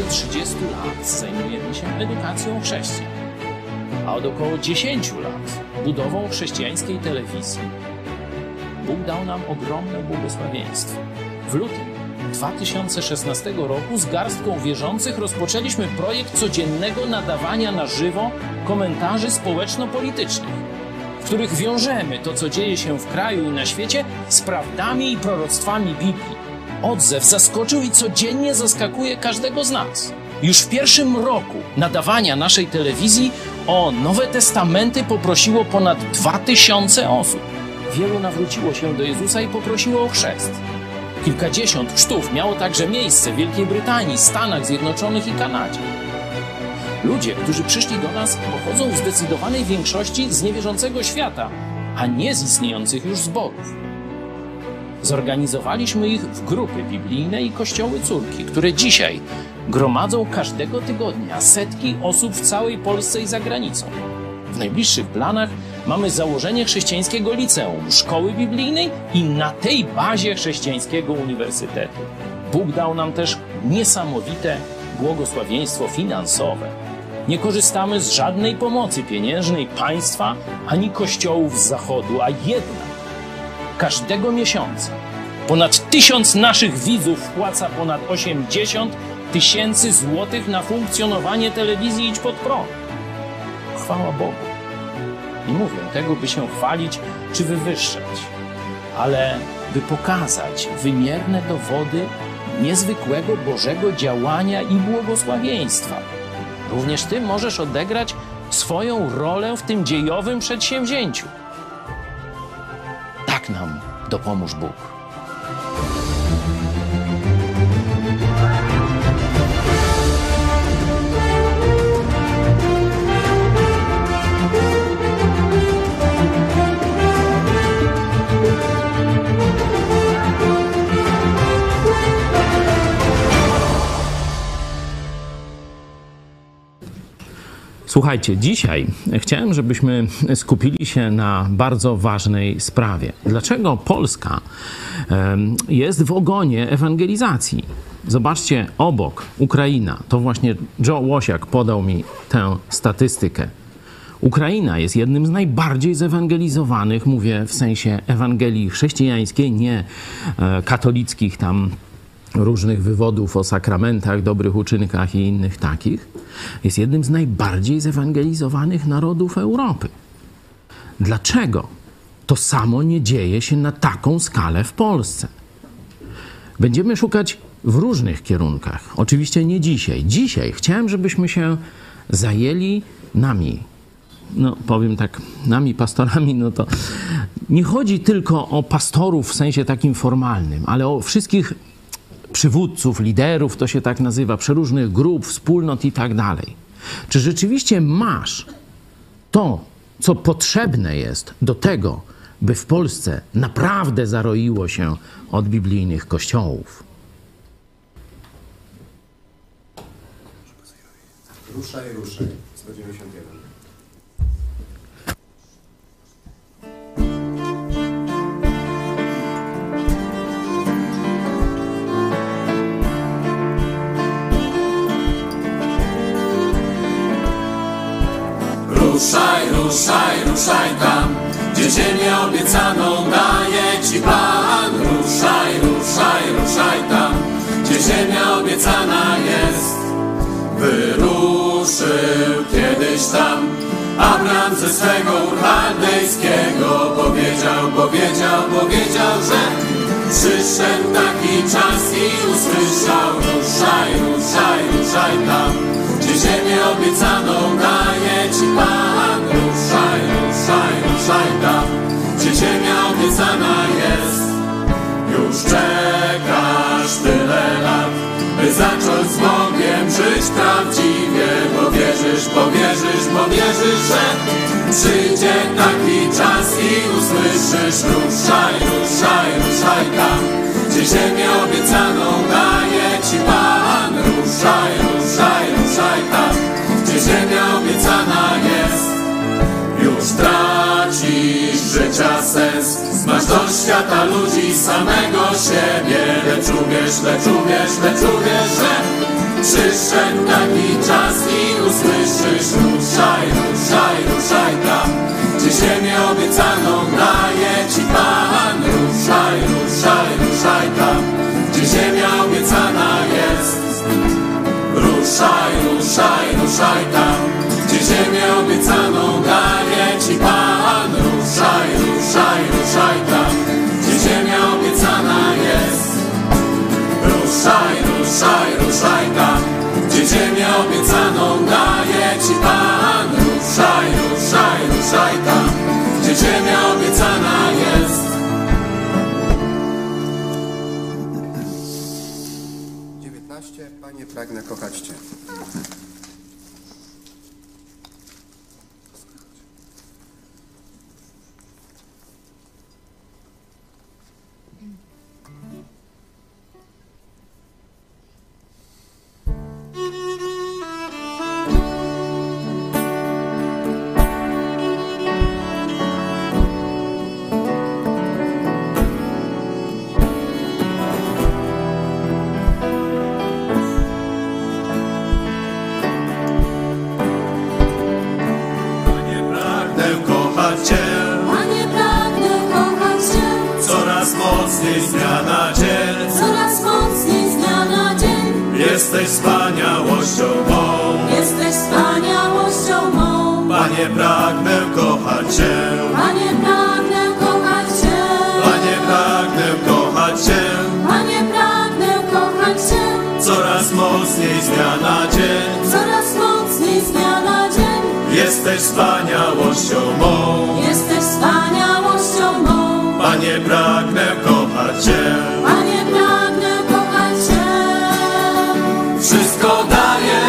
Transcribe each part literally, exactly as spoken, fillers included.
trzydziestu lat zajmujemy się edukacją chrześcijan, a od około dziesięciu lat budową chrześcijańskiej telewizji. Bóg dał nam ogromne błogosławieństwo. W lutym dwa tysiące szesnastego roku z garstką wierzących rozpoczęliśmy projekt codziennego nadawania na żywo komentarzy społeczno-politycznych, w których wiążemy to, co dzieje się w kraju i na świecie, z prawdami i proroctwami Biblii. Odzew zaskoczył i codziennie zaskakuje każdego z nas. Już w pierwszym roku nadawania naszej telewizji o Nowe Testamenty poprosiło ponad dwa tysiące osób. Wielu nawróciło się do Jezusa i poprosiło o chrzest. Kilkadziesiąt chrztów miało także miejsce w Wielkiej Brytanii, Stanach Zjednoczonych i Kanadzie. Ludzie, którzy przyszli do nas, pochodzą w zdecydowanej większości z niewierzącego świata, a nie z istniejących już zborów. Zorganizowaliśmy ich w grupy biblijne i kościoły córki, które dzisiaj gromadzą każdego tygodnia setki osób w całej Polsce i za granicą. W najbliższych planach mamy założenie chrześcijańskiego liceum, szkoły biblijnej i na tej bazie chrześcijańskiego uniwersytetu. Bóg dał nam też niesamowite błogosławieństwo finansowe. Nie korzystamy z żadnej pomocy pieniężnej państwa ani kościołów z zachodu, a jednak każdego miesiąca ponad tysiąc naszych widzów wpłaca ponad osiemdziesiąt tysięcy złotych na funkcjonowanie telewizji Idź Pod Prąd. Chwała Bogu. Nie mówię tego, by się chwalić czy wywyższać, ale by pokazać wymierne dowody niezwykłego Bożego działania i błogosławieństwa. Również Ty możesz odegrać swoją rolę w tym dziejowym przedsięwzięciu. Tak nam dopomóż Bóg. Słuchajcie, dzisiaj chciałem, żebyśmy skupili się na bardzo ważnej sprawie. Dlaczego Polska jest w ogonie ewangelizacji? Zobaczcie, obok Ukraina, to właśnie Joe Łosiak podał mi tę statystykę. Ukraina jest jednym z najbardziej zewangelizowanych, mówię w sensie Ewangelii chrześcijańskiej, nie katolickich tam różnych wywodów o sakramentach, dobrych uczynkach i innych takich, jest jednym z najbardziej zewangelizowanych narodów Europy. Dlaczego to samo nie dzieje się na taką skalę w Polsce? Będziemy szukać w różnych kierunkach. Oczywiście nie dzisiaj. Dzisiaj chciałem, żebyśmy się zajęli nami. No, powiem tak, nami pastorami, no to nie chodzi tylko o pastorów w sensie takim formalnym, ale o wszystkich przywódców, liderów, to się tak nazywa, przeróżnych grup, wspólnot i tak dalej. Czy rzeczywiście masz to, co potrzebne jest do tego, by w Polsce naprawdę zaroiło się od biblijnych kościołów? Ruszaj, ruszaj. sto dziewięćdziesiąt jeden. Ruszaj, ruszaj, ruszaj tam, gdzie ziemię obiecaną daje Ci Pan. Ruszaj, ruszaj, ruszaj tam, gdzie ziemia obiecana jest. Wyruszył kiedyś tam Abram ze swego Ur Chaldejskiego. Powiedział, powiedział, powiedział, że przyszedł taki czas i usłyszał. Ruszaj, ruszaj, ruszaj tam, gdzie ziemię obiecaną daje Ci Pan. Ruszaj, ruszaj, ruszaj tam, gdzie ziemia obiecana jest. Już czekasz tyle lat, by zacząć z Bogiem żyć prawdziwie. Bo wierzysz, bo wierzysz, bo wierzysz, że przyjdzie taki czas i usłyszysz. Ruszaj, ruszaj, ruszaj tam, gdzie ziemię obiecaną daje Ci Pan. Ruszaj, ruszaj, ruszaj tam, gdzie ziemia obiecana jest. Już tracisz życia sens, Masz do świata ludzi samego siebie. Lecz uwierz, lecz uwierz, lecz uwierz, że przyszedł taki czas i usłyszysz. Ruszaj, ruszaj, ruszaj tam, gdzie ziemię obiecaną daje ci Pan. Ruszaj, ruszaj, ruszaj tam, gdzie ziemia obiecana jest. Ruszaj, ruszaj, ruszaj tam, gdzie ziemię obiecaną daje ci Pan. Ruszaj, ruszaj, ruszaj tam, gdzie ziemia obiecana jest. Ruszaj, ruszaj, ruszaj tam, gdzie ziemię obiecaną daje ci Pan. Ruszaj, ruszaj, ruszaj tam, gdzie ziemia obiecana jest. dziewiętnaście. Panie, pragnę kochać Cię. Mocniej z dnia na dzień, coraz mocniej z dnia na dzień. Jesteś wspaniałością mą, Jesteś wspaniałością mą. Panie, pragnę kochać Cię, Panie, pragnę kochać Cię, Panie, pragnę kochać Cię, Panie, pragnę kochać Cię. Coraz mocniej z dnia na dzień, coraz mocniej z dnia na dzień. Jesteś wspaniałością mą, Jesteś wspaniałością mą. Panie, pragnę kochać Cię, Panie, pragnę kochać Cię. Wszystko daję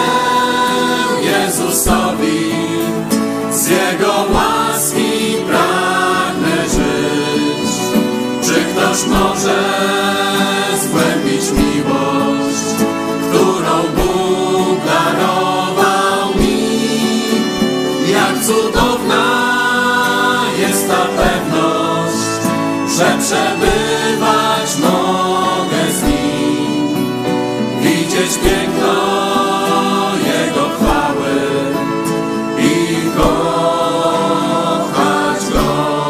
Jezusowi, z Jego łaski pragnę żyć. Czy ktoś może zgłębić miłość, którą Bóg darował mi? Jak cudowna jest ta pewność, że przebywać mogę z Nim, widzieć piękno Jego chwały i kochać Go.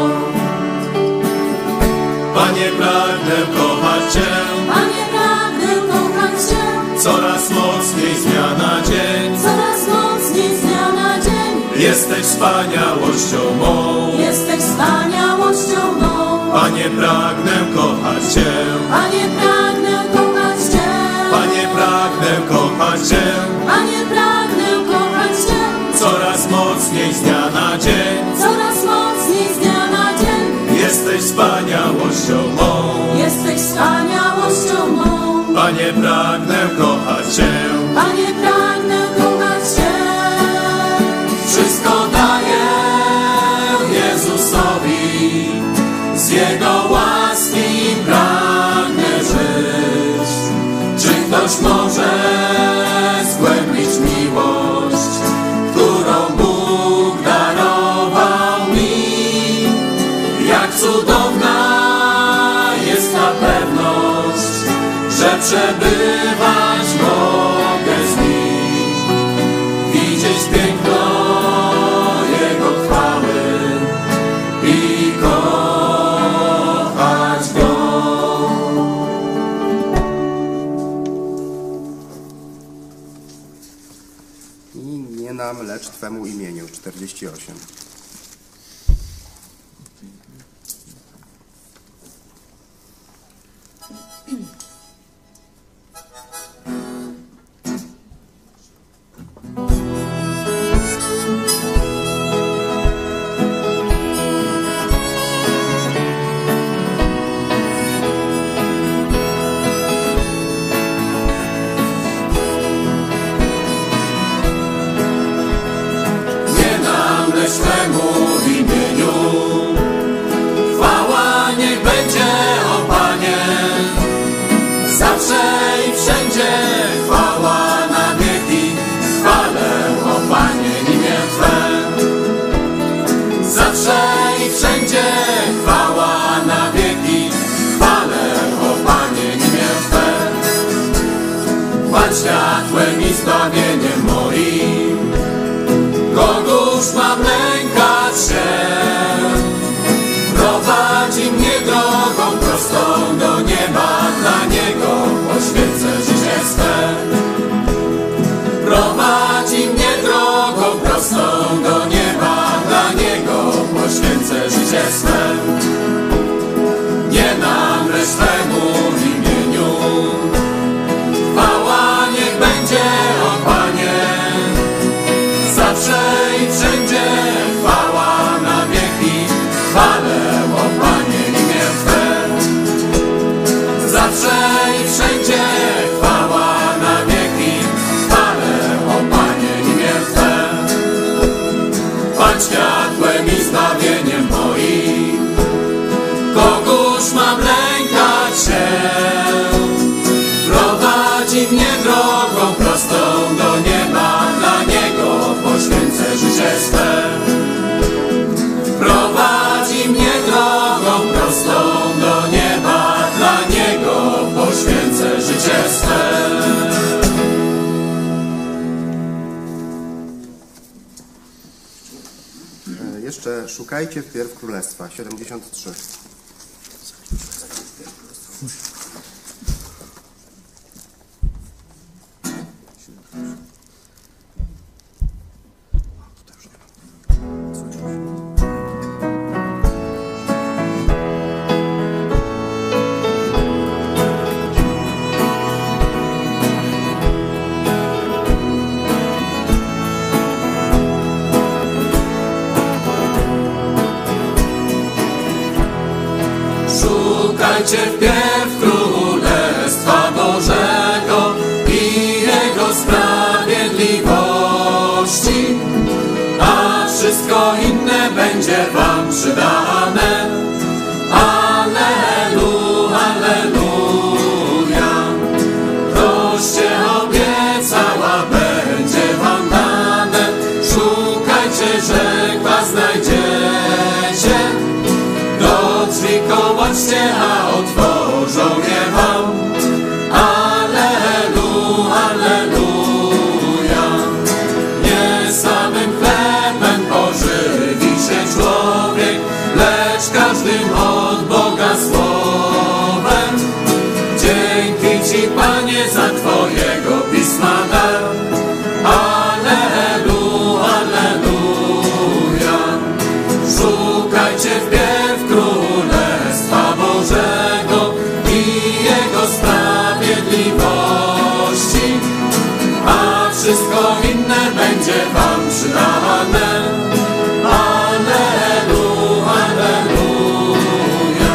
Panie, pragnę kochać Cię, Panie, pragnę kochać Cię. coraz mocniej z dnia na dzień. Coraz mocniej z dnia na dzień. Jesteś wspaniałością mą, Jesteś wspaniałością mą. Panie, pragnę kochać Cię, Panie, pragnę kochać Cię. Panie, pragnę kochać Cię, Panie, pragnę kochać Cię. coraz mocniej z dnia na dzień. Coraz mocniej z dnia na dzień. Jesteś wspaniałością mą, Jesteś wspaniałością mą. Panie, pragnę kochać Cię, Panie, pragnę kochać Cię. wszystko daję Jezusowi, z Jego łaski pragnę żyć. Czy ktoś może zgłębić miłość, którą Bóg darował mi? Jak cudowna jest ta pewność, że przebywać mogę z Nim, widzieć piękno Jego chwały i kochać Go. I nie nam, lecz Twemu imieniu. czterdzieści osiem. Nie nam, lecz Twemu zbawieniem moim. Kogóż mam lękać się? Prowadzi mnie drogą prostą do nieba, dla Niego poświęcę życie swe. Prowadzi mnie drogą prostą do nieba, dla Niego poświęcę życie swe. Nie namrę swemu imieniu, chwała niech będzie, o Panie, zawsze i wszędzie chwała na wieki, chwalę, o Panie, imię Twe. Zawsze i wszędzie chwała na wieki, chwalę, o Panie, imię Twe. Pan światłem i zbawieniem moim, kogóż mam lękać się? Prowadzi mnie drogą prostą do nieba, dla Niego poświęcę życie swe. Prowadzi mnie drogą prostą do nieba, dla Niego poświęcę życie swe. E, Jeszcze szukajcie wpierw Królestwa, siedemdziesiąt trzy. Szukajcie wpierw Królestwa Bożego i Jego sprawiedliwości, a wszystko inne będzie wam przydane. Allelu, alleluja. Proście, obiecała, będzie wam dane. Szukajcie, rzekła, znajdziecie. Do drzwi kołaczcie, a otworzą je wam. Allelu, alleluja. Nie samym chlebem pożywi się człowiek, lecz każdym od Boga słowem. Dzięki Ci, Panie, za Twojego pisma dar. Allelu, alleluja. Szukajcie wpierw Królestwa Bożego i Jego sprawiedliwości, a wszystko inne będzie wam przydane. Allelu, alleluja.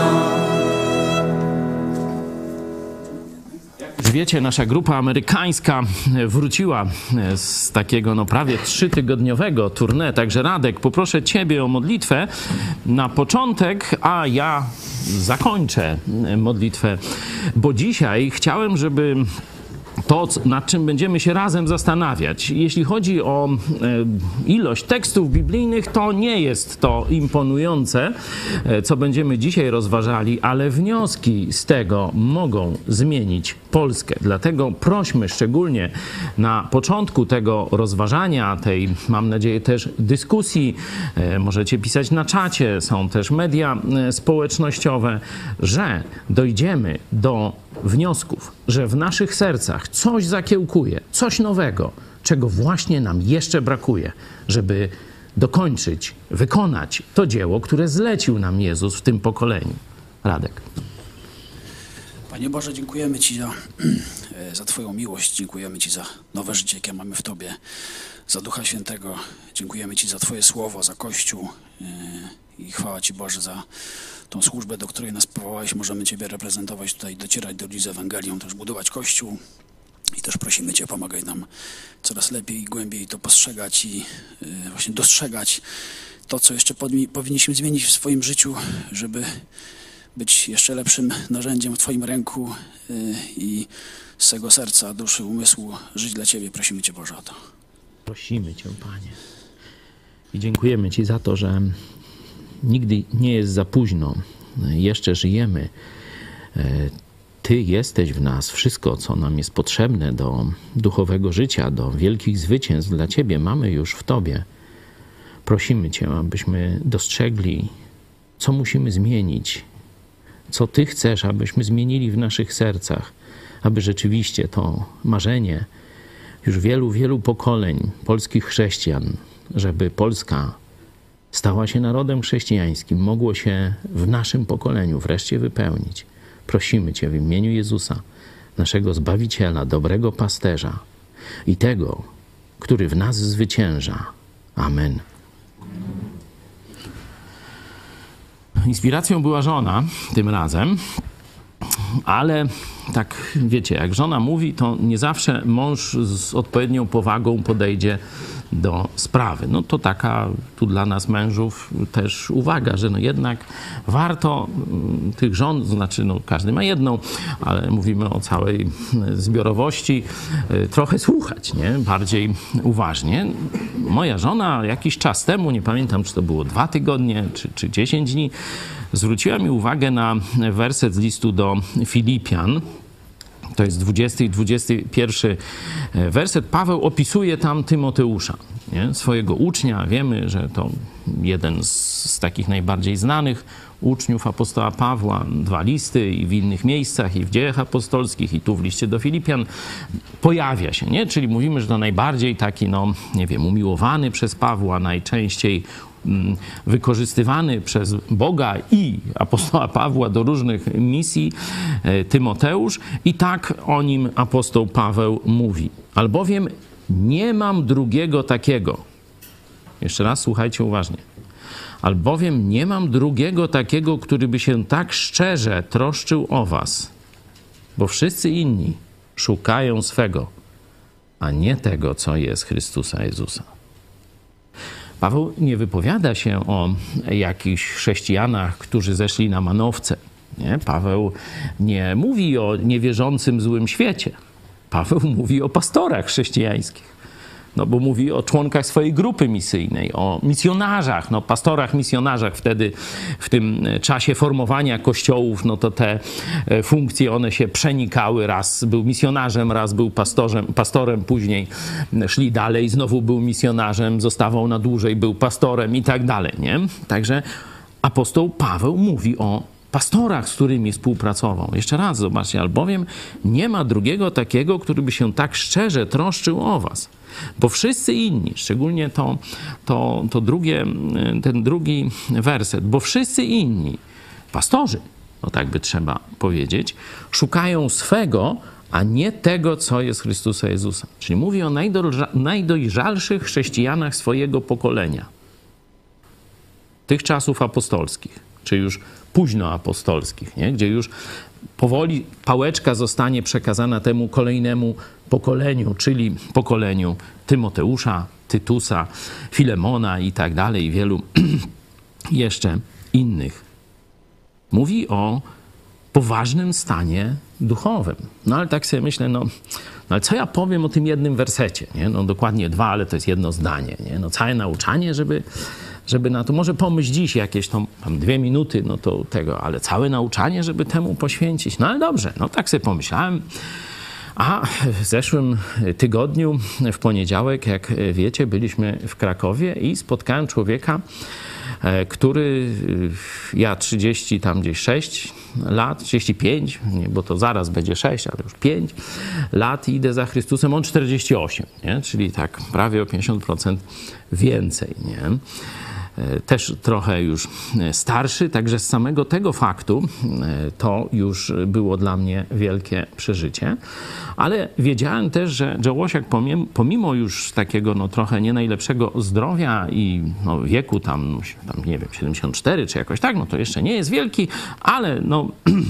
Jak wiecie, nasza grupa amerykańska wróciła z takiego no prawie trzytygodniowego tournée. Także Radek, poproszę Ciebie o modlitwę na początek, a ja zakończę modlitwę, bo dzisiaj chciałem, żeby to, nad czym będziemy się razem zastanawiać. Jeśli chodzi o e, ilość tekstów biblijnych, to nie jest to imponujące, e, co będziemy dzisiaj rozważali, ale wnioski z tego mogą zmienić Polskę. Dlatego prośmy szczególnie na początku tego rozważania, tej, mam nadzieję, też dyskusji, e, możecie pisać na czacie, są też media e, społecznościowe, że dojdziemy do wniosków, że w naszych sercach coś zakiełkuje, coś nowego, czego właśnie nam jeszcze brakuje, żeby dokończyć, wykonać to dzieło, które zlecił nam Jezus w tym pokoleniu. Radek. Panie Boże, dziękujemy Ci za, za Twoją miłość, dziękujemy Ci za nowe życie, jakie mamy w Tobie, za Ducha Świętego. Dziękujemy Ci za Twoje słowo, za Kościół i chwała Ci, Boże, za tą służbę, do której nas powołałeś. Możemy Ciebie reprezentować tutaj, docierać do ludzi z Ewangelią, też budować Kościół. I też prosimy Cię, pomagaj nam coraz lepiej i głębiej to postrzegać i właśnie dostrzegać to, co jeszcze powinniśmy zmienić w swoim życiu, żeby być jeszcze lepszym narzędziem w Twoim ręku i z całego serca, duszy, umysłu żyć dla Ciebie. Prosimy Cię, Boże, o to. Prosimy Cię, Panie. I dziękujemy Ci za to, że nigdy nie jest za późno. Jeszcze żyjemy. Ty jesteś w nas, wszystko, co nam jest potrzebne do duchowego życia, do wielkich zwycięstw dla Ciebie, mamy już w Tobie. Prosimy Cię, abyśmy dostrzegli, co musimy zmienić, co Ty chcesz, abyśmy zmienili w naszych sercach, aby rzeczywiście to marzenie już wielu, wielu pokoleń polskich chrześcijan, żeby Polska stała się narodem chrześcijańskim, mogło się w naszym pokoleniu wreszcie wypełnić. Prosimy Cię w imieniu Jezusa, naszego Zbawiciela, dobrego pasterza i tego, który w nas zwycięża. Amen. Inspiracją była żona tym razem, ale tak wiecie, jak żona mówi, to nie zawsze mąż z odpowiednią powagą podejdzie do sprawy. No to taka tu dla nas mężów też uwaga, że no jednak warto tych żon, znaczy no każdy ma jedną, ale mówimy o całej zbiorowości, trochę słuchać, nie? Bardziej uważnie. Moja żona jakiś czas temu, nie pamiętam czy to było dwa tygodnie, czy, czy dziesięć dni, zwróciła mi uwagę na werset z listu do Filipian. To jest dwudziesty i dwudziesty pierwszy werset. Paweł opisuje tam Tymoteusza, nie? Swojego ucznia. Wiemy, że to jeden z, z takich najbardziej znanych uczniów apostoła Pawła. Dwa listy i w innych miejscach, i w Dziejach Apostolskich, i tu w liście do Filipian pojawia się, nie? Czyli mówimy, że to najbardziej taki, no nie wiem, umiłowany przez Pawła, najczęściej wykorzystywany przez Boga i apostoła Pawła do różnych misji Tymoteusz. I tak o nim apostoł Paweł mówi. Albowiem nie mam drugiego takiego. Jeszcze raz słuchajcie uważnie. Albowiem nie mam drugiego takiego, który by się tak szczerze troszczył o was. Bo wszyscy inni szukają swego, a nie tego, co jest Chrystusa Jezusa. Paweł nie wypowiada się o jakichś chrześcijanach, którzy zeszli na manowce. Nie? Paweł nie mówi o niewierzącym złym świecie. Paweł mówi o pastorach chrześcijańskich. No bo mówi o członkach swojej grupy misyjnej, o misjonarzach, no pastorach, misjonarzach. Wtedy w tym czasie formowania kościołów, no to te funkcje, one się przenikały. Raz był misjonarzem, raz był pastorem, pastorem, później szli dalej, znowu był misjonarzem, zostawał na dłużej, był pastorem i tak dalej, nie? Także apostoł Paweł mówi o pastorach, z którymi współpracował. Jeszcze raz zobaczcie, albowiem nie ma drugiego takiego, który by się tak szczerze troszczył o was. Bo wszyscy inni, szczególnie to, to, to drugie, ten drugi werset, bo wszyscy inni, pastorzy, no tak by trzeba powiedzieć, szukają swego, a nie tego, co jest Chrystusa Jezusa. Czyli mówi o najdojrzalszych chrześcijanach swojego pokolenia. Tych czasów apostolskich, czy już późnoapostolskich, nie? Gdzie już powoli pałeczka zostanie przekazana temu kolejnemu pokoleniu, czyli pokoleniu Tymoteusza, Tytusa, Filemona i tak dalej, i wielu jeszcze innych. Mówi o poważnym stanie duchowym. No ale tak sobie myślę, no, no ale co ja powiem o tym jednym wersecie, nie? No dokładnie dwa, ale to jest jedno zdanie, nie? No całe nauczanie, żeby żeby na to, może pomyśl dziś jakieś tam, tam dwie minuty, no to tego, ale całe nauczanie, żeby temu poświęcić. No ale dobrze, no tak sobie pomyślałem. A w zeszłym tygodniu, w poniedziałek, jak wiecie, byliśmy w Krakowie i spotkałem człowieka, który, ja trzydzieści tam gdzieś sześć lat, trzydzieści pięć, nie, bo to zaraz będzie sześć, ale już pięć lat idę za Chrystusem, on czterdzieści osiem, nie? Czyli tak prawie o pięćdziesiąt procent więcej, nie? Też trochę już starszy, także z samego tego faktu to już było dla mnie wielkie przeżycie. Ale wiedziałem też, że Joe Łosiak pomimo już takiego no, trochę nie najlepszego zdrowia i no, wieku tam, tam, nie wiem, siedemdziesiąt cztery czy jakoś tak, no to jeszcze nie jest wielki, ale no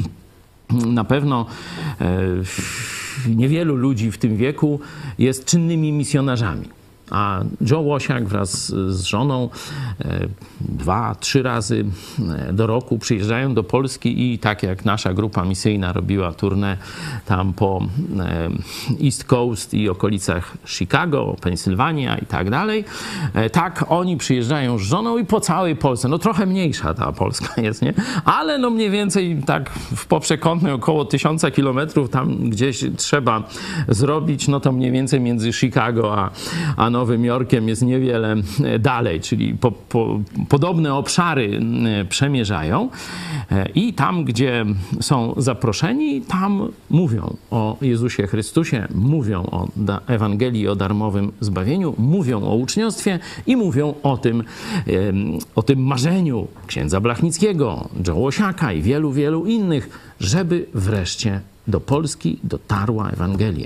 na pewno e, niewielu ludzi w tym wieku jest czynnymi misjonarzami. A Joe Łosiak wraz z żoną dwa, trzy razy do roku przyjeżdżają do Polski i tak jak nasza grupa misyjna robiła tournée tam po East Coast i okolicach Chicago, Pensylwania i tak dalej, tak oni przyjeżdżają z żoną i po całej Polsce. No trochę mniejsza ta Polska jest, nie? Ale no mniej więcej tak w poprzekątnej około tysiąca kilometrów tam gdzieś trzeba zrobić, no to mniej więcej między Chicago a, a Nowym Jorkiem jest niewiele dalej, czyli po, po, podobne obszary przemierzają i tam, gdzie są zaproszeni, tam mówią o Jezusie Chrystusie, mówią o Ewangelii, o darmowym zbawieniu, mówią o uczniostwie i mówią o tym, o tym marzeniu księdza Blachnickiego, Joe Łosiaka i wielu, wielu innych, żeby wreszcie do Polski dotarła Ewangelia.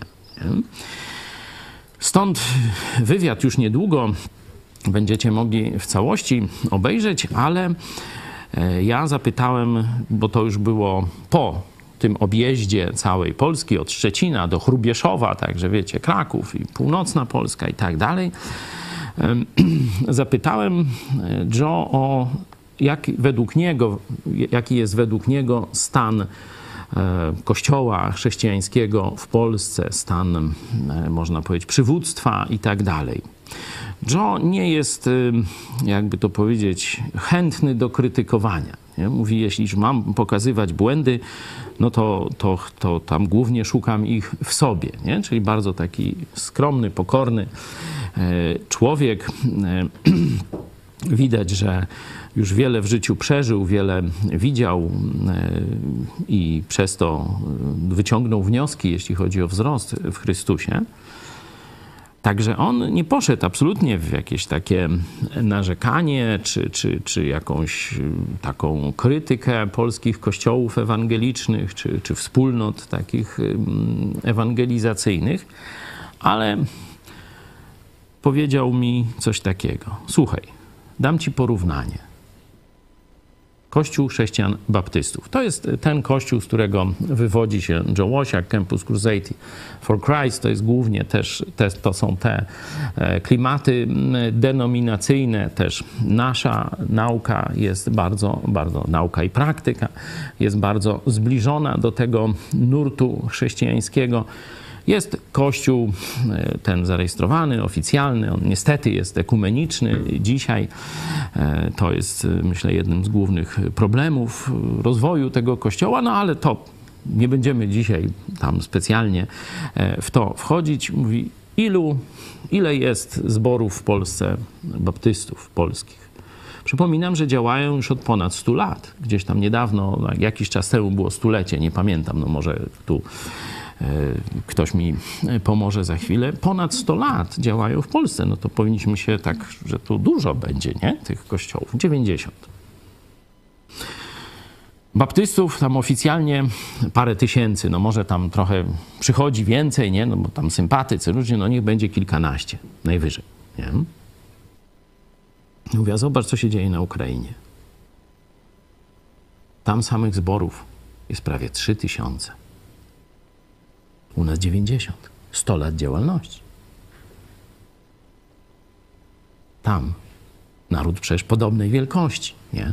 Stąd wywiad już niedługo będziecie mogli w całości obejrzeć, ale ja zapytałem, bo to już było po tym objeździe całej Polski, od Szczecina do Hrubieszowa, także wiecie, Kraków i północna Polska i tak dalej. Zapytałem Joe o jak według niego, jaki jest według niego stan Kościoła chrześcijańskiego w Polsce, stan, można powiedzieć, przywództwa i tak dalej. Joe nie jest, jakby to powiedzieć, chętny do krytykowania. Nie? Mówi, jeśli już mam pokazywać błędy, no to, to, to tam głównie szukam ich w sobie. Nie? Czyli bardzo taki skromny, pokorny człowiek. Widać, że już wiele w życiu przeżył, wiele widział i przez to wyciągnął wnioski, jeśli chodzi o wzrost w Chrystusie. Także on nie poszedł absolutnie w jakieś takie narzekanie, czy, czy, czy jakąś taką krytykę polskich kościołów ewangelicznych, czy, czy wspólnot takich ewangelizacyjnych, ale powiedział mi coś takiego. Słuchaj, dam ci porównanie. Kościół chrześcijan baptystów. To jest ten kościół, z którego wywodzi się Joe Łosiak, Campus Crusade for Christ. To jest głównie też, te, to są te klimaty denominacyjne. Też nasza nauka jest bardzo, bardzo, nauka i praktyka jest bardzo zbliżona do tego nurtu chrześcijańskiego. Jest kościół ten zarejestrowany, oficjalny, on niestety jest ekumeniczny dzisiaj. To jest, myślę, jednym z głównych problemów rozwoju tego kościoła, no ale to nie będziemy dzisiaj tam specjalnie w to wchodzić. Mówi, ilu, ile jest zborów w Polsce baptystów polskich? Przypominam, że działają już od ponad stu lat. Gdzieś tam niedawno, jakiś czas temu było stulecie, nie pamiętam, no może tu ktoś mi pomoże za chwilę. Ponad sto lat działają w Polsce. No to powinniśmy się tak, że tu dużo będzie, nie? Tych kościołów. dziewięćdziesiąt. Baptystów tam oficjalnie parę tysięcy. No może tam trochę przychodzi więcej, nie? No bo tam sympatycy, różnie, no niech będzie kilkanaście. Najwyżej, nie? Mówię, zobacz, co się dzieje na Ukrainie. Tam samych zborów jest prawie trzy tysiące. U nas dziewięćdziesiąt. sto lat działalności. Tam naród przecież podobnej wielkości, nie?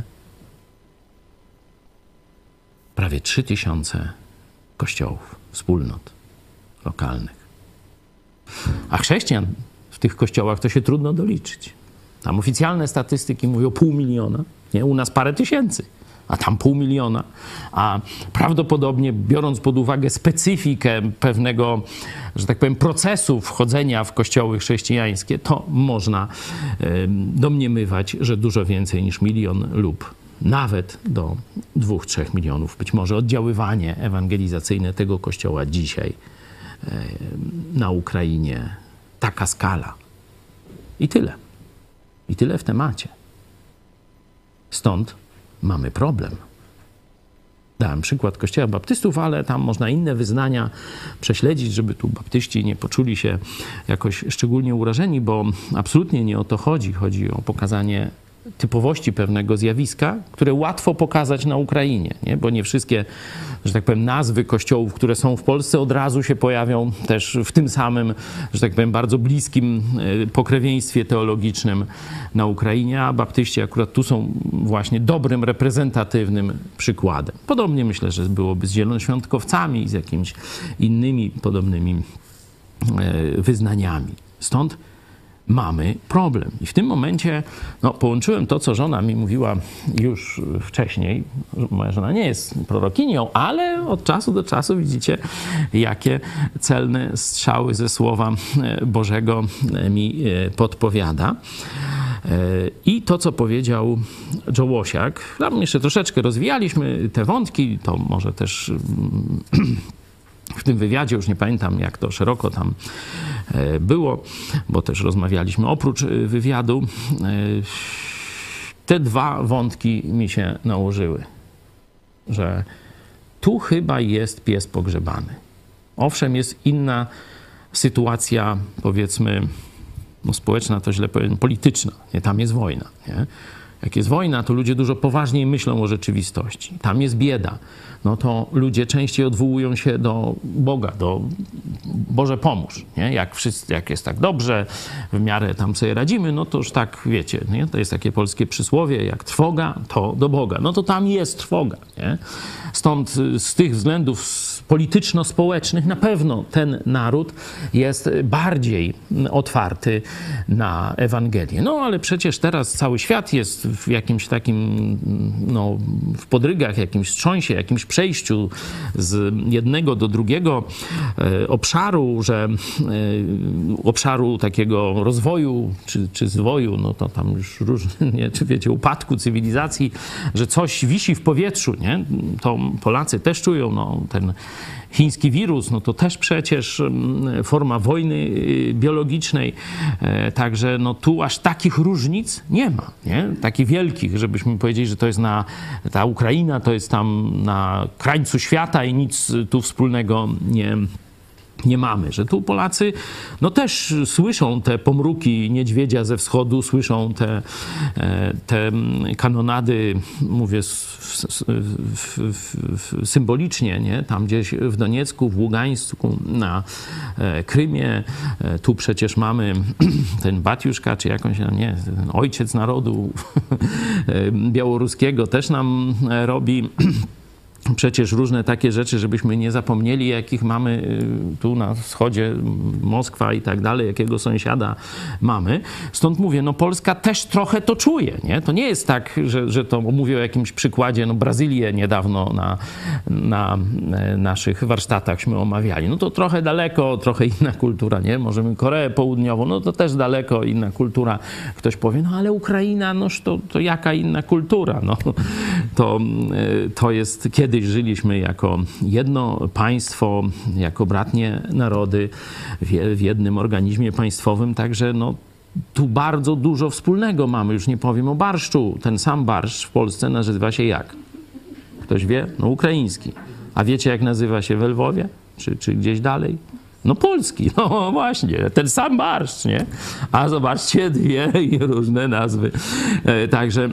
Prawie trzy tysiące kościołów, wspólnot lokalnych. A chrześcijan w tych kościołach to się trudno doliczyć. Tam oficjalne statystyki mówią pół miliona, nie? U nas parę tysięcy. A tam pół miliona, a prawdopodobnie biorąc pod uwagę specyfikę pewnego, że tak powiem, procesu wchodzenia w kościoły chrześcijańskie, to można y, domniemywać, że dużo więcej niż milion lub nawet do dwóch, trzech milionów. Być może oddziaływanie ewangelizacyjne tego kościoła dzisiaj y, na Ukrainie, taka skala. I tyle. I tyle w temacie. Stąd mamy problem. Dałem przykład kościoła baptystów, ale tam można inne wyznania prześledzić, żeby tu baptyści nie poczuli się jakoś szczególnie urażeni, bo absolutnie nie o to chodzi. Chodzi o pokazanie typowości pewnego zjawiska, które łatwo pokazać na Ukrainie, nie? Bo nie wszystkie, że tak powiem, nazwy kościołów, które są w Polsce, od razu się pojawią też w tym samym, że tak powiem, bardzo bliskim pokrewieństwie teologicznym na Ukrainie, a baptyści akurat tu są właśnie dobrym, reprezentatywnym przykładem. Podobnie myślę, że byłoby z zielonoświątkowcami i z jakimiś innymi podobnymi wyznaniami. Stąd mamy problem. I w tym momencie no, połączyłem to, co żona mi mówiła już wcześniej. Moja żona nie jest prorokinią, ale od czasu do czasu widzicie, jakie celne strzały ze Słowa Bożego mi podpowiada. I to, co powiedział Joe Łosiak, tam jeszcze troszeczkę rozwijaliśmy te wątki, to może też w tym wywiadzie, już nie pamiętam, jak to szeroko tam było, bo też rozmawialiśmy oprócz wywiadu. Te dwa wątki mi się nałożyły, że tu chyba jest pies pogrzebany. Owszem, jest inna sytuacja, powiedzmy, no społeczna, to źle powiem, polityczna. Nie? Tam jest wojna. Nie? Jak jest wojna, to ludzie dużo poważniej myślą o rzeczywistości. Tam jest bieda. No to ludzie częściej odwołują się do Boga, do Boże pomóż. Nie? Jak, wszyscy, jak jest tak dobrze, w miarę tam sobie radzimy, no to już tak wiecie, nie? To jest takie polskie przysłowie, jak trwoga, to do Boga. No to tam jest trwoga. Nie? Stąd z tych względów polityczno-społecznych na pewno ten naród jest bardziej otwarty na Ewangelię. No ale przecież teraz cały świat jest w jakimś takim, no, w podrygach, jakimś wstrząsie, jakimś przejściu z jednego do drugiego e, obszaru, że e, obszaru takiego rozwoju czy, czy zwoju, no to tam już różnie, czy wiecie, upadku cywilizacji, że coś wisi w powietrzu, nie? To Polacy też czują, no ten chiński wirus, no to też przecież forma wojny biologicznej, także no tu aż takich różnic nie ma, nie? Takich wielkich, żebyśmy powiedzieli, że to jest na, ta Ukraina to jest tam na krańcu świata i nic tu wspólnego nie nie mamy, że tu Polacy no też słyszą te pomruki niedźwiedzia ze wschodu, słyszą te, te kanonady, mówię symbolicznie, nie? Tam gdzieś w Doniecku, w Ługańsku, na Krymie. Tu przecież mamy ten Batiuszka, czy jakąś, nie, ten ojciec narodu białoruskiego też nam robi przecież różne takie rzeczy, żebyśmy nie zapomnieli, jakich mamy tu na wschodzie, Moskwa i tak dalej, jakiego sąsiada mamy. Stąd mówię, no Polska też trochę to czuje, nie? To nie jest tak, że, że to mówię o jakimś przykładzie, no Brazylię niedawno na, na naszych warsztatachśmy omawiali. No to trochę daleko, trochę inna kultura, nie? Możemy Koreę Południową, no to też daleko, inna kultura. Ktoś powie, no ale Ukraina, noż to, to jaka inna kultura? No to, to jest kiedy Kiedyś żyliśmy jako jedno państwo, jako bratnie narody w jednym organizmie państwowym, także no, tu bardzo dużo wspólnego mamy. Już nie powiem o barszczu. Ten sam barszcz w Polsce nazywa się jak? Ktoś wie? No ukraiński. A wiecie, jak nazywa się w Lwowie? Czy, czy gdzieś dalej? No polski. No właśnie, ten sam barszcz, nie? A zobaczcie, dwie i różne nazwy. E, także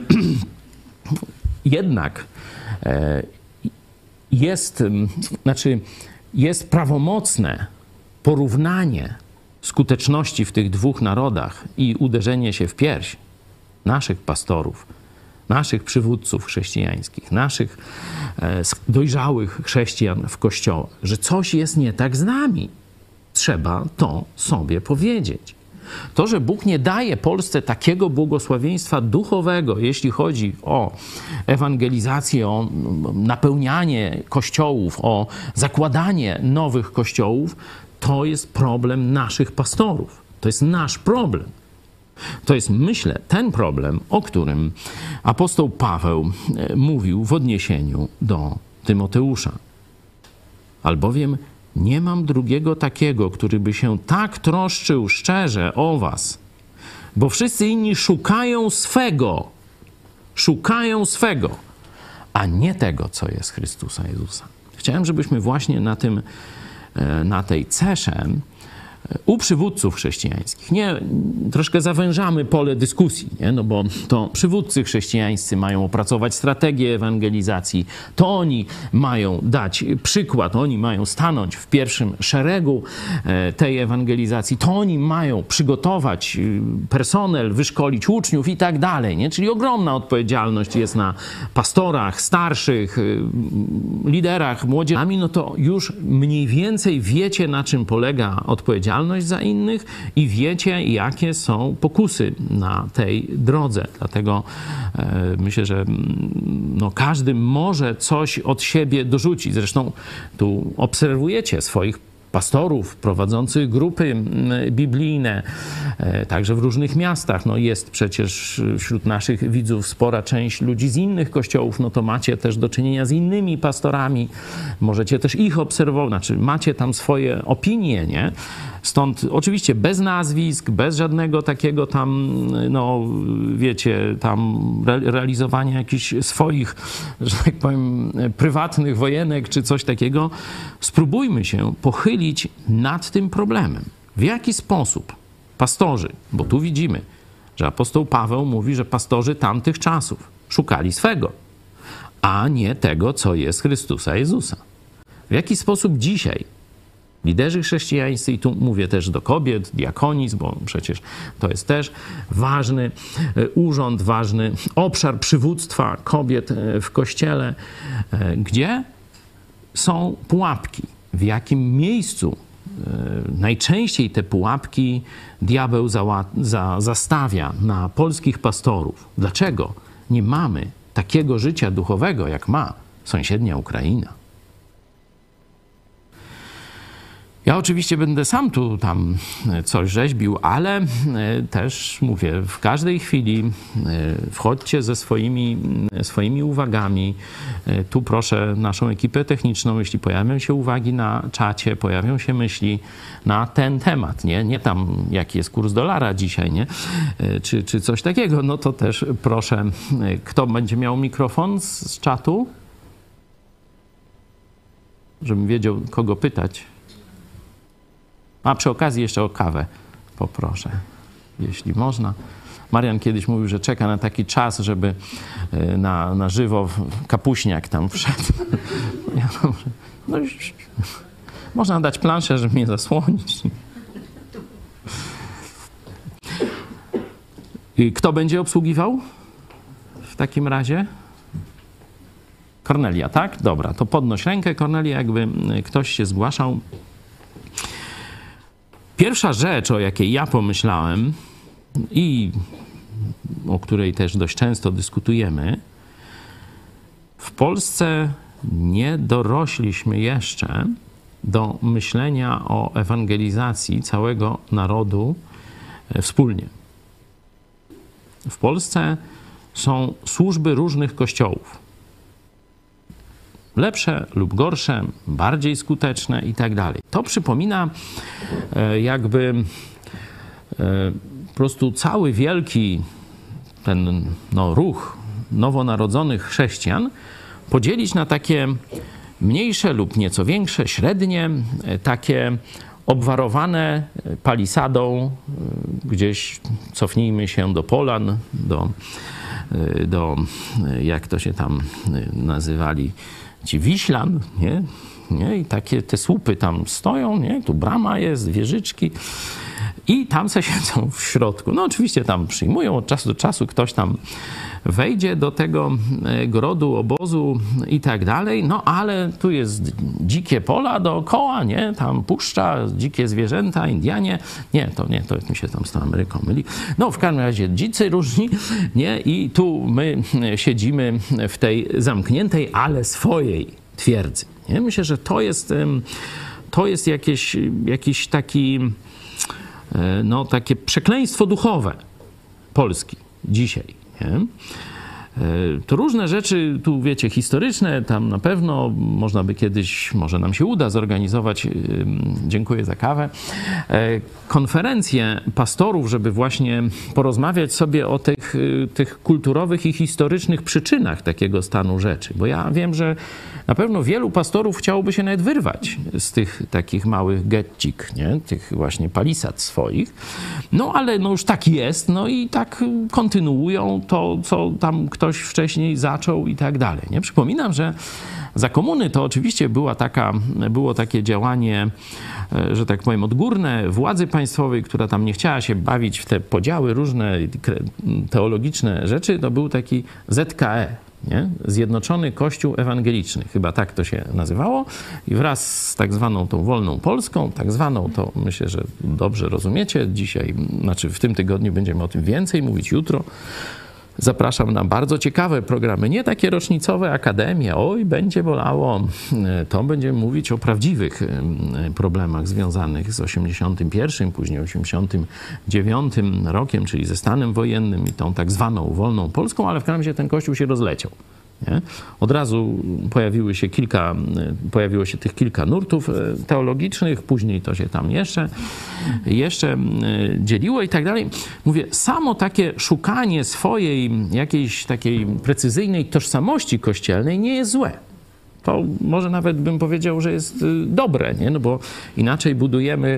jednak e, jest, znaczy jest prawomocne porównanie skuteczności w tych dwóch narodach i uderzenie się w pierś naszych pastorów, naszych przywódców chrześcijańskich, naszych e, dojrzałych chrześcijan w kościołach, że coś jest nie tak z nami. Trzeba to sobie powiedzieć. To, że Bóg nie daje Polsce takiego błogosławieństwa duchowego, jeśli chodzi o ewangelizację, o napełnianie kościołów, o zakładanie nowych kościołów, to jest problem naszych pastorów. To jest nasz problem. To jest, myślę, ten problem, o którym apostoł Paweł mówił w odniesieniu do Tymoteusza. Albowiem nie mam drugiego takiego, który by się tak troszczył szczerze o was, bo wszyscy inni szukają swego, szukają swego, a nie tego, co jest Chrystusa Jezusa. Chciałem, żebyśmy właśnie na tym, na tej cesze u przywódców chrześcijańskich. Nie, troszkę zawężamy pole dyskusji, nie? No bo to przywódcy chrześcijańscy mają opracować strategię ewangelizacji, to oni mają dać przykład, oni mają stanąć w pierwszym szeregu tej ewangelizacji, to oni mają przygotować personel, wyszkolić uczniów i tak dalej, nie? Czyli ogromna odpowiedzialność jest na pastorach, starszych, liderach, młodzieżami, no to już mniej więcej wiecie, na czym polega odpowiedzialność za innych i wiecie, jakie są pokusy na tej drodze. Dlatego e, myślę, że no, każdy może coś od siebie dorzucić. Zresztą tu obserwujecie swoich pastorów prowadzących grupy biblijne, także w różnych miastach. No jest przecież wśród naszych widzów spora część ludzi z innych kościołów, no to macie też do czynienia z innymi pastorami, możecie też ich obserwować, znaczy macie tam swoje opinie, nie? Stąd oczywiście bez nazwisk, bez żadnego takiego tam, no wiecie, tam realizowania jakichś swoich, że tak powiem, prywatnych wojenek czy coś takiego, spróbujmy się pochylić nad tym problemem. W jaki sposób pastorzy, bo tu widzimy, że apostoł Paweł mówi, że pastorzy tamtych czasów szukali swego, a nie tego, co jest Chrystusa Jezusa. W jaki sposób dzisiaj liderzy chrześcijańscy, i tu mówię też do kobiet, diakonizm, bo przecież to jest też ważny urząd, ważny obszar przywództwa kobiet w Kościele, gdzie są pułapki, w jakim miejscu najczęściej te pułapki diabeł za, za, zastawia na polskich pastorów. Dlaczego nie mamy takiego życia duchowego, jak ma sąsiednia Ukraina? Ja oczywiście będę sam tu tam coś rzeźbił, ale też mówię, w każdej chwili wchodźcie ze swoimi, swoimi uwagami. Tu proszę naszą ekipę techniczną, jeśli pojawią się uwagi na czacie, pojawią się myśli na ten temat, nie, nie tam jaki jest kurs dolara dzisiaj, nie, czy, czy coś takiego, no to też proszę, kto będzie miał mikrofon z, z czatu, żebym wiedział, kogo pytać. A przy okazji jeszcze o kawę poproszę, jeśli można. Marian kiedyś mówił, że czeka na taki czas, żeby na, na żywo kapuśniak tam wszedł. Ja mówię, no już, można dać planszę, żeby mnie zasłonić. I kto będzie obsługiwał w takim razie? Kornelia, tak? Dobra, to podnoś rękę, Kornelia, jakby ktoś się zgłaszał. Pierwsza rzecz, o jakiej ja pomyślałem i o której też dość często dyskutujemy, w Polsce nie dorośliśmy jeszcze do myślenia o ewangelizacji całego narodu wspólnie. W Polsce są służby różnych kościołów. Lepsze lub gorsze, bardziej skuteczne i tak dalej. To przypomina jakby po prostu cały wielki ten no, ruch nowonarodzonych chrześcijan podzielić na takie mniejsze lub nieco większe, średnie, takie obwarowane palisadą, gdzieś cofnijmy się do Polan, do, do jak to się tam nazywali, ci Wiślan, nie? Nie? I takie te słupy tam stoją, nie? Tu brama jest, wieżyczki i tam se siedzą w środku. No oczywiście tam przyjmują od czasu do czasu, ktoś tam wejdzie do tego grodu, obozu i tak dalej, no ale tu jest dzikie pola dookoła, nie? Tam puszcza, dzikie zwierzęta, Indianie. Nie, to nie, to mi się tam z tą Ameryką myli. No w każdym razie dzicy różni, nie? I tu my siedzimy w tej zamkniętej, ale swojej twierdzy. Nie? Myślę, że to jest, to jest jakieś, jakiś taki, no takie przekleństwo duchowe Polski dzisiaj. Nie? To różne rzeczy, tu wiecie, historyczne, tam na pewno można by kiedyś, może nam się uda zorganizować, dziękuję za kawę, konferencję pastorów, żeby właśnie porozmawiać sobie o tych, tych kulturowych i historycznych przyczynach takiego stanu rzeczy. Bo ja wiem, że na pewno wielu pastorów chciałoby się nawet wyrwać z tych takich małych getcik, nie? Tych właśnie palisad swoich. No ale no już tak jest, no i tak kontynuują to, co tam ktoś wcześniej zaczął i tak dalej. Nie? Przypominam, że za komuny to oczywiście była taka, było takie działanie, że tak powiem, odgórne władzy państwowej, która tam nie chciała się bawić w te podziały różne teologiczne rzeczy. To był taki Z K E. Nie? Zjednoczony Kościół Ewangeliczny, chyba tak to się nazywało, i wraz z tak zwaną tą wolną Polską, tak zwaną, to myślę, że dobrze rozumiecie, dzisiaj, znaczy w tym tygodniu będziemy o tym więcej mówić, jutro zapraszam na bardzo ciekawe programy, nie takie rocznicowe, akademie, oj, będzie bolało. To będziemy mówić o prawdziwych problemach związanych z osiemdziesiątym pierwszym, później osiemdziesiątym dziewiątym rokiem, czyli ze stanem wojennym i tą tak zwaną wolną Polską, ale w każdym razie ten kościół się rozleciał. Nie? Od razu pojawiły się kilka, pojawiło się tych kilka nurtów teologicznych, później to się tam jeszcze, jeszcze dzieliło i tak dalej. Mówię, samo takie szukanie swojej jakiejś takiej precyzyjnej tożsamości kościelnej nie jest złe. To może nawet bym powiedział, że jest dobre, nie? No bo inaczej budujemy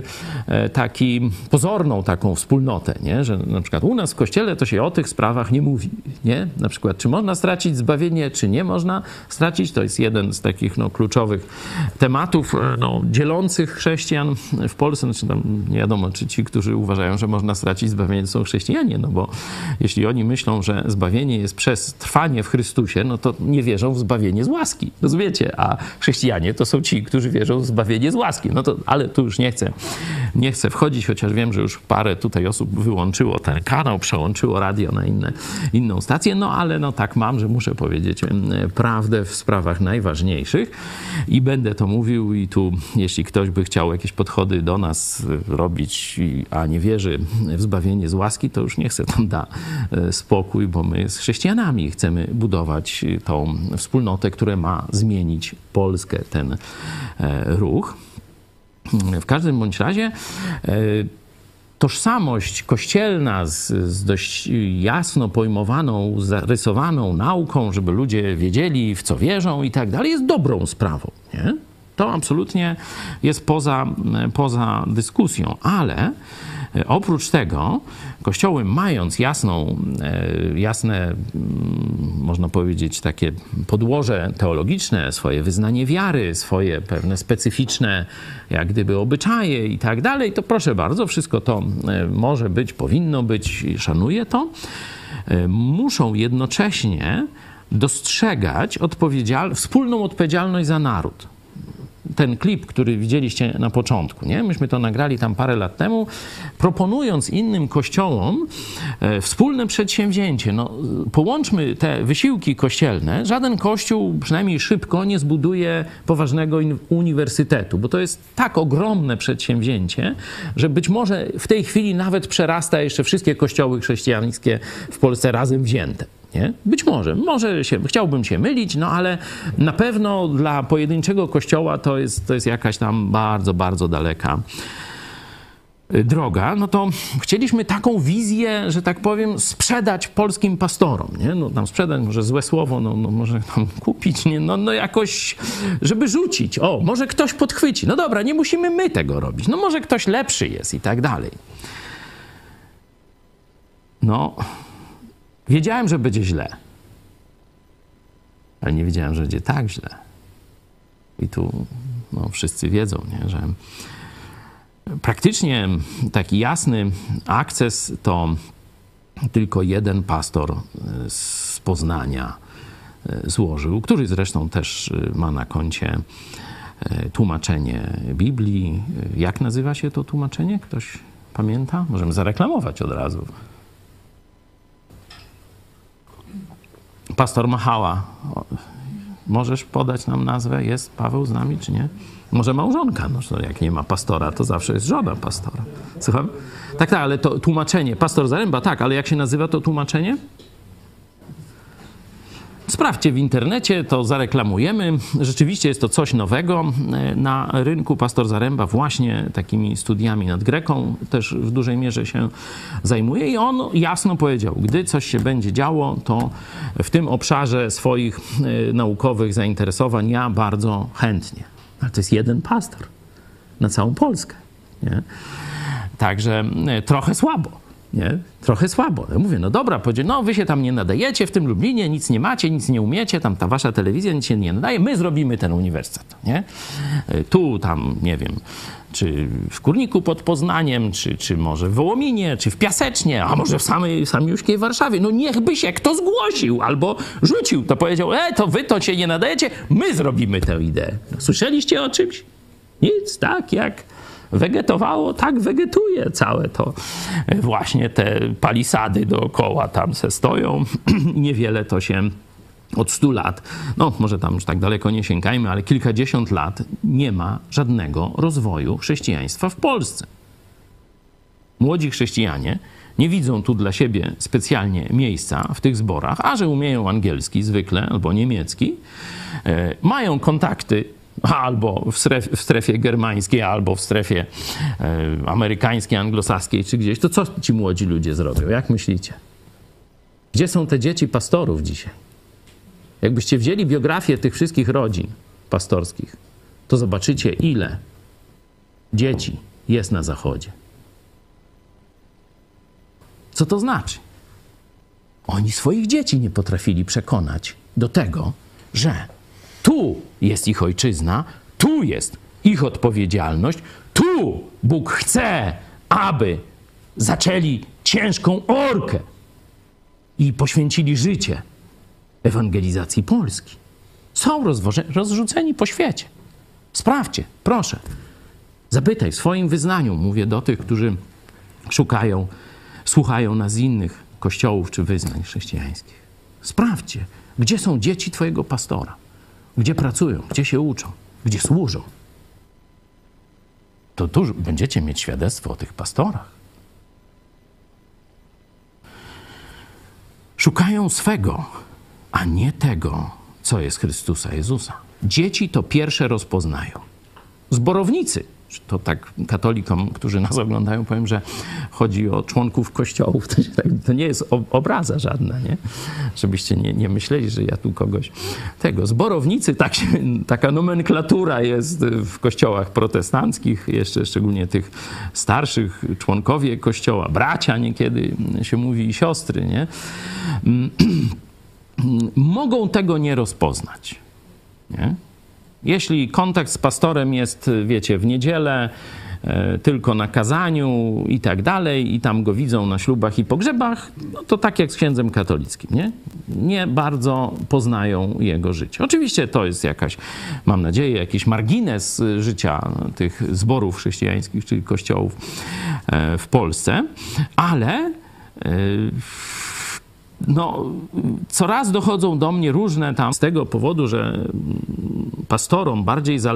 taki pozorną taką wspólnotę, nie? Że na przykład u nas w kościele to się o tych sprawach nie mówi, nie? Na przykład czy można stracić zbawienie, czy nie można stracić, to jest jeden z takich no, kluczowych tematów no, dzielących chrześcijan w Polsce. Znaczy tam nie wiadomo, czy ci, którzy uważają, że można stracić zbawienie, to są chrześcijanie, no bo jeśli oni myślą, że zbawienie jest przez trwanie w Chrystusie, no to nie wierzą w zbawienie z łaski, rozumiecie? A chrześcijanie to są ci, którzy wierzą w zbawienie z łaski. No to, ale tu już nie chcę, nie chcę wchodzić, chociaż wiem, że już parę tutaj osób wyłączyło ten kanał, przełączyło radio na inne, inną stację, no ale no tak mam, że muszę powiedzieć prawdę w sprawach najważniejszych i będę to mówił i tu, jeśli ktoś by chciał jakieś podchody do nas robić, a nie wierzy w zbawienie z łaski, to już niech se tam da spokój, bo my z chrześcijanami chcemy budować tą wspólnotę, która ma zmienić Polskę, ten ruch. W każdym bądź razie tożsamość kościelna z, z dość jasno pojmowaną, zarysowaną nauką, żeby ludzie wiedzieli, w co wierzą i tak dalej, jest dobrą sprawą, nie? To absolutnie jest poza, poza dyskusją, ale oprócz tego kościoły, mając jasną, jasne, można powiedzieć, takie podłoże teologiczne, swoje wyznanie wiary, swoje pewne specyficzne, jak gdyby obyczaje i tak dalej, to proszę bardzo, wszystko to może być, powinno być, szanuję to, muszą jednocześnie dostrzegać odpowiedzial- wspólną odpowiedzialność za naród. Ten klip, który widzieliście na początku, nie? Myśmy to nagrali tam parę lat temu, proponując innym kościołom e, wspólne przedsięwzięcie. No, połączmy te wysiłki kościelne. Żaden kościół, przynajmniej szybko, nie zbuduje poważnego in- uniwersytetu, bo to jest tak ogromne przedsięwzięcie, że być może w tej chwili nawet przerasta jeszcze wszystkie kościoły chrześcijańskie w Polsce razem wzięte. Nie? Być może, może się, chciałbym się mylić, no ale na pewno dla pojedynczego kościoła to jest, to jest jakaś tam bardzo, bardzo daleka droga. No to chcieliśmy taką wizję, że tak powiem, sprzedać polskim pastorom, nie? No tam sprzedać, może złe słowo, no, no może tam kupić, nie? No, no jakoś, żeby rzucić. O, może ktoś podchwyci. No dobra, nie musimy my tego robić. No może ktoś lepszy jest i tak dalej. No... Wiedziałem, że będzie źle, ale nie wiedziałem, że będzie tak źle. I tu no, wszyscy wiedzą, nie, że praktycznie taki jasny akces to tylko jeden pastor z Poznania złożył, który zresztą też ma na koncie tłumaczenie Biblii. Jak nazywa się to tłumaczenie? Ktoś pamięta? Możemy zareklamować od razu. Pastor Machała. Możesz podać nam nazwę? Jest Paweł z nami, czy nie? Może małżonka? No to jak nie ma pastora, to zawsze jest żona pastora. Słucham? Tak, tak, ale to tłumaczenie. Pastor Zaręba, tak, ale jak się nazywa to tłumaczenie? Sprawdźcie w internecie, to zareklamujemy. Rzeczywiście jest to coś nowego na rynku. Pastor Zaręba właśnie takimi studiami nad Greką też w dużej mierze się zajmuje i on jasno powiedział, gdy coś się będzie działo, to w tym obszarze swoich naukowych zainteresowań ja bardzo chętnie. Ale to jest jeden pastor na całą Polskę. Nie? Także trochę słabo. Nie? Trochę słabo. Ja mówię, no dobra, no wy się tam nie nadajecie w tym Lublinie, nic nie macie, nic nie umiecie, tam ta wasza telewizja nic się nie nadaje, my zrobimy ten uniwersytet, nie? Tu, tam, nie wiem, czy w Kurniku pod Poznaniem, czy, czy może w Wołominie, czy w Piasecznie, a może w samej samiuszkiej Warszawie. No niechby się kto zgłosił albo rzucił, to powiedział, e, to wy to się nie nadajecie, my zrobimy tę ideę. Słyszeliście o czymś? Nic, tak jak wegetowało, tak wegetuje całe to. Właśnie te palisady dookoła tam se stoją. Niewiele to się od stu lat, no może tam już tak daleko nie sięgajmy, ale kilkadziesiąt lat nie ma żadnego rozwoju chrześcijaństwa w Polsce. Młodzi chrześcijanie nie widzą tu dla siebie specjalnie miejsca w tych zborach, a że umieją angielski zwykle albo niemiecki, e, mają kontakty albo w strefie, w strefie germańskiej, albo w strefie e, amerykańskiej, anglosaskiej, czy gdzieś, to co ci młodzi ludzie zrobią? Jak myślicie? Gdzie są te dzieci pastorów dzisiaj? Jakbyście wzięli biografię tych wszystkich rodzin pastorskich, to zobaczycie, ile dzieci jest na Zachodzie. Co to znaczy? Oni swoich dzieci nie potrafili przekonać do tego, że tu jest ich ojczyzna, tu jest ich odpowiedzialność, tu Bóg chce, aby zaczęli ciężką orkę i poświęcili życie ewangelizacji Polski. Są rozrzuceni po świecie. Sprawdźcie, proszę. Zapytaj w swoim wyznaniu, mówię do tych, którzy szukają, słuchają nas z innych kościołów czy wyznań chrześcijańskich. Sprawdźcie, gdzie są dzieci twojego pastora. Gdzie pracują, gdzie się uczą, gdzie służą. To tu będziecie mieć świadectwo o tych pastorach. Szukają swego, a nie tego, co jest Chrystusa Jezusa. Dzieci to pierwsze rozpoznają. Zborownicy, to tak katolikom, którzy nas oglądają, powiem, że chodzi o członków kościołów. To, tak, to nie jest obraza żadna, nie? Żebyście nie, nie myśleli, że ja tu kogoś tego. Zborownicy, tak się, taka nomenklatura jest w kościołach protestanckich, jeszcze szczególnie tych starszych, członkowie kościoła, bracia niekiedy się mówi i siostry, nie? Mogą tego nie rozpoznać, nie? Jeśli kontakt z pastorem jest, wiecie, w niedzielę, e, tylko na kazaniu i tak dalej, i tam go widzą na ślubach i pogrzebach, no to tak jak z księdzem katolickim, nie? Nie bardzo poznają jego życie. Oczywiście to jest jakaś, mam nadzieję, jakiś margines życia tych zborów chrześcijańskich, czyli kościołów e, w Polsce, ale e, no, coraz dochodzą do mnie różne tam z tego powodu, że pastorom bardziej zależy